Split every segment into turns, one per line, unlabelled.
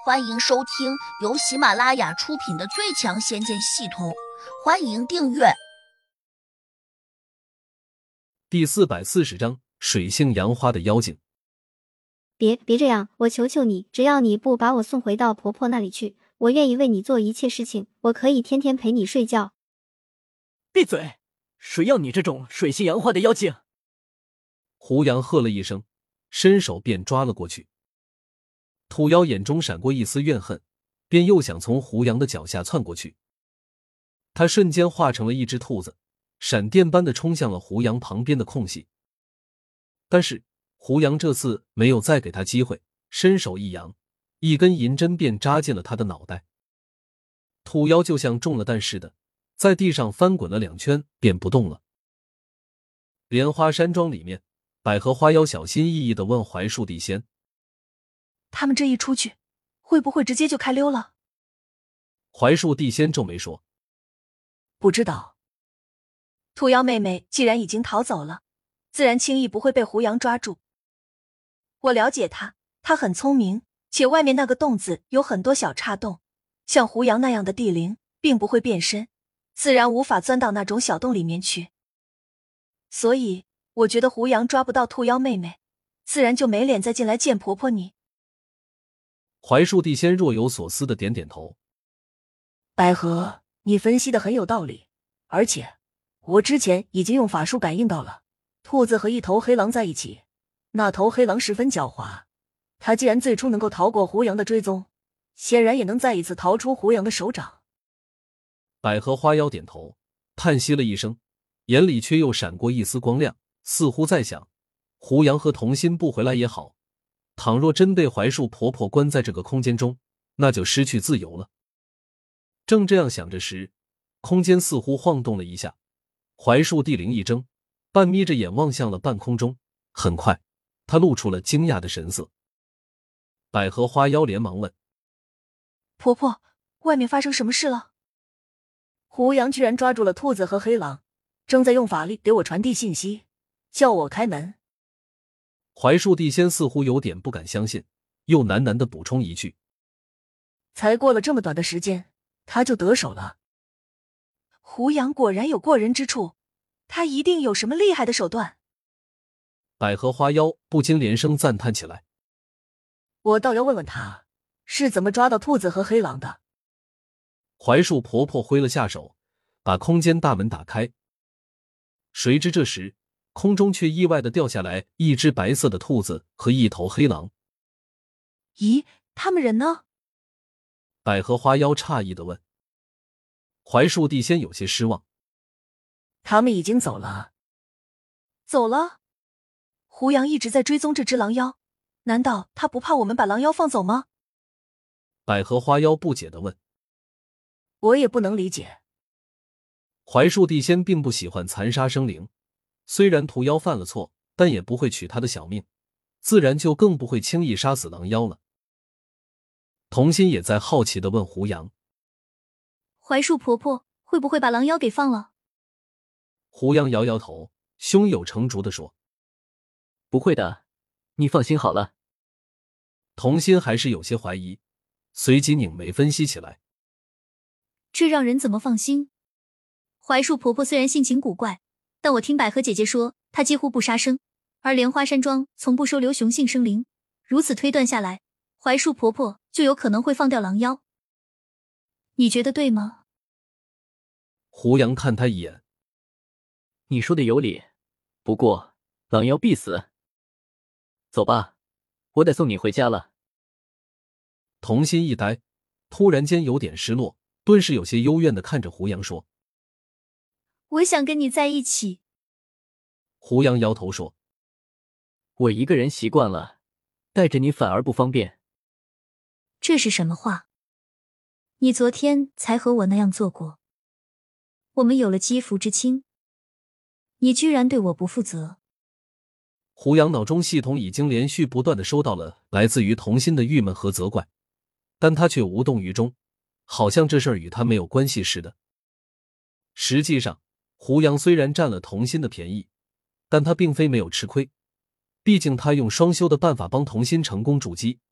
欢迎收听由喜马拉雅出品的《最强仙剑系统》，欢迎订阅。
第440章水性杨花的妖精。
别这样，我求求你，只要你不把我送回到婆婆那里去，我愿意为你做一切事情，我可以天天陪你睡觉。
闭嘴！谁要你这种水性杨花的妖精？
胡杨喝了一声，伸手便抓了过去。土妖眼中闪过一丝怨恨，便又想从胡杨的脚下窜过去。他瞬间化成了一只兔子，闪电般的冲向了胡杨旁边的空隙。但是胡杨这次没有再给他机会，伸手一扬，一根银针便扎进了他的脑袋。土妖就像中了弹似的，在地上翻滚了2圈便不动了。莲花山庄里面，百合花妖小心翼翼地问槐树地仙：
他们这一出去，会不会直接就开溜了？
槐树地仙皱眉说：
不知道。
兔妖妹妹既然已经逃走了，自然轻易不会被胡杨抓住。我了解她很聪明，且外面那个洞子有很多小岔洞，像胡杨那样的地灵并不会变身，自然无法钻到那种小洞里面去。所以我觉得胡杨抓不到兔妖妹妹，自然就没脸再进来见婆婆你。
槐树地仙若有所思的点点头。
百合，你分析的很有道理，而且我之前已经用法术感应到了，兔子和一头黑狼在一起，那头黑狼十分狡猾，它既然最初能够逃过胡杨的追踪，显然也能再一次逃出胡杨的手掌。
百合花妖点头，叹息了一声，眼里却又闪过一丝光亮，似乎在想，胡杨和童心不回来也好，倘若真被槐树婆婆关在这个空间中，那就失去自由了。正这样想着时，空间似乎晃动了一下，槐树地灵一怔，半眯着眼望向了半空中，很快他露出了惊讶的神色。百合花妖连忙问：
婆婆，外面发生什么事了？
胡杨居然抓住了兔子和黑狼，正在用法力给我传递信息，叫我开门。
槐树地仙似乎有点不敢相信，又喃喃地补充一句：
才过了这么短的时间，他就得手了。
胡杨果然有过人之处，他一定有什么厉害的手段。
百合花妖不禁连声赞叹起来。
我倒要问问他，是怎么抓到兔子和黑狼的。
槐树婆婆挥了下手，把空间大门打开。谁知这时空中却意外地掉下来一只白色的兔子和一头黑狼。
咦，他们人呢？
百合花妖诧异地问。槐树地仙有些失望。
他们已经走了。
走了？胡杨一直在追踪这只狼妖，难道他不怕我们把狼妖放走吗？
百合花妖不解地问。
我也不能理解。
槐树地仙并不喜欢残杀生灵，虽然屠妖犯了错，但也不会取他的小命，自然就更不会轻易杀死狼妖了。童心也在好奇地问胡杨：
槐树婆婆会不会把狼妖给放了？
胡杨摇摇头，胸有成竹地说：
不会的，你放心好了。
童心还是有些怀疑，随即拧眉分析起来。
这让人怎么放心？槐树婆婆虽然性情古怪，但我听百合姐姐说，她几乎不杀生，而莲花山庄从不收留雄性生灵，如此推断下来，槐树婆婆就有可能会放掉狼妖。你觉得对吗？
胡杨看他一眼。
你说的有理，不过狼妖必死。走吧，我得送你回家了。
童心一呆，突然间有点失落，顿时有些幽怨地看着胡杨说：
我想跟你在一起。
胡杨摇头说：
我一个人习惯了，带着你反而不方便。
这是什么话？你昨天才和我那样做过，我们有了肌肤之亲，你居然对我不负责。
胡杨脑中系统已经连续不断地收到了来自于童心的郁闷和责怪，但他却无动于衷，好像这事儿与他没有关系似的。实际上胡杨虽然占了童心的便宜，但他并非没有吃亏，毕竟他用双修的办法帮童心成功筑基，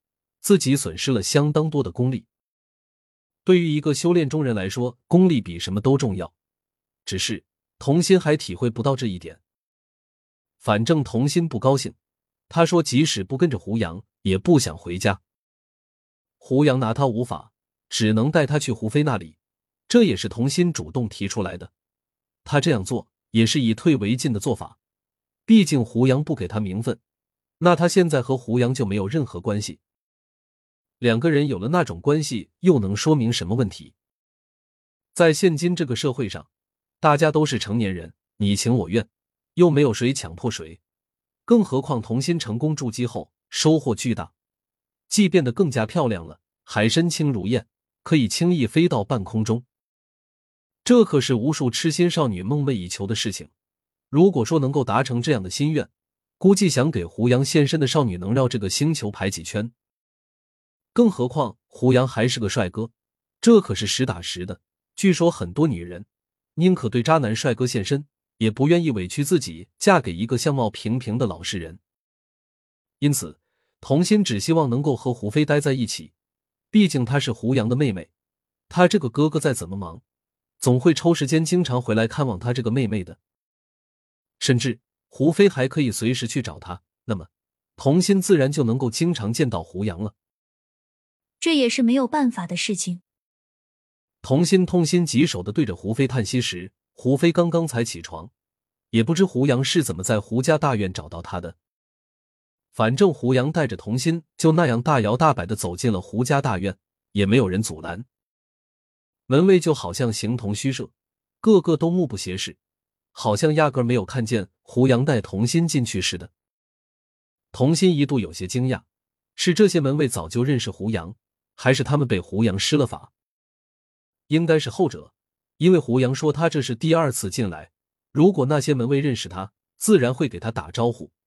自己损失了相当多的功力。对于一个修炼中人来说，功力比什么都重要。只是童心还体会不到这一点。反正童心不高兴，他说即使不跟着胡杨，也不想回家。胡杨拿他无法，只能带他去胡飞那里，这也是童心主动提出来的。他这样做也是以退为进的做法，毕竟胡杨不给他名分，那他现在和胡杨就没有任何关系。两个人有了那种关系，又能说明什么问题？在现今这个社会上，大家都是成年人，你情我愿，又没有谁强迫谁。更何况童心成功筑基后收获巨大，既变得更加漂亮了，还身轻如燕，可以轻易飞到半空中。这可是无数痴心少女梦寐以求的事情。如果说能够达成这样的心愿，估计想给胡杨献身的少女能绕这个星球排几圈。更何况胡杨还是个帅哥，这可是实打实的。据说很多女人宁可对渣男帅哥献身，也不愿意委屈自己嫁给一个相貌平平的老实人。因此童心只希望能够和胡飞待在一起，毕竟她是胡杨的妹妹，他这个哥哥再怎么忙，总会抽时间经常回来看望他这个妹妹的。甚至胡飞还可以随时去找他，那么童心自然就能够经常见到胡杨了。
这也是没有办法的事情。
童心痛心疾首地对着胡飞叹息时，胡飞刚刚才起床，也不知胡杨是怎么在胡家大院找到他的。反正胡杨带着童心就那样大摇大摆地走进了胡家大院，也没有人阻拦。门卫就好像形同虚设，个个都目不斜视，好像压根没有看见胡杨带童心进去似的。童心一度有些惊讶，是这些门卫早就认识胡杨，还是他们被胡杨施了法？应该是后者，因为胡杨说他这是第二次进来，如果那些门卫认识他，自然会给他打招呼。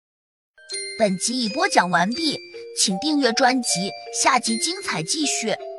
本集已播讲完毕，请订阅专辑，下集精彩继续。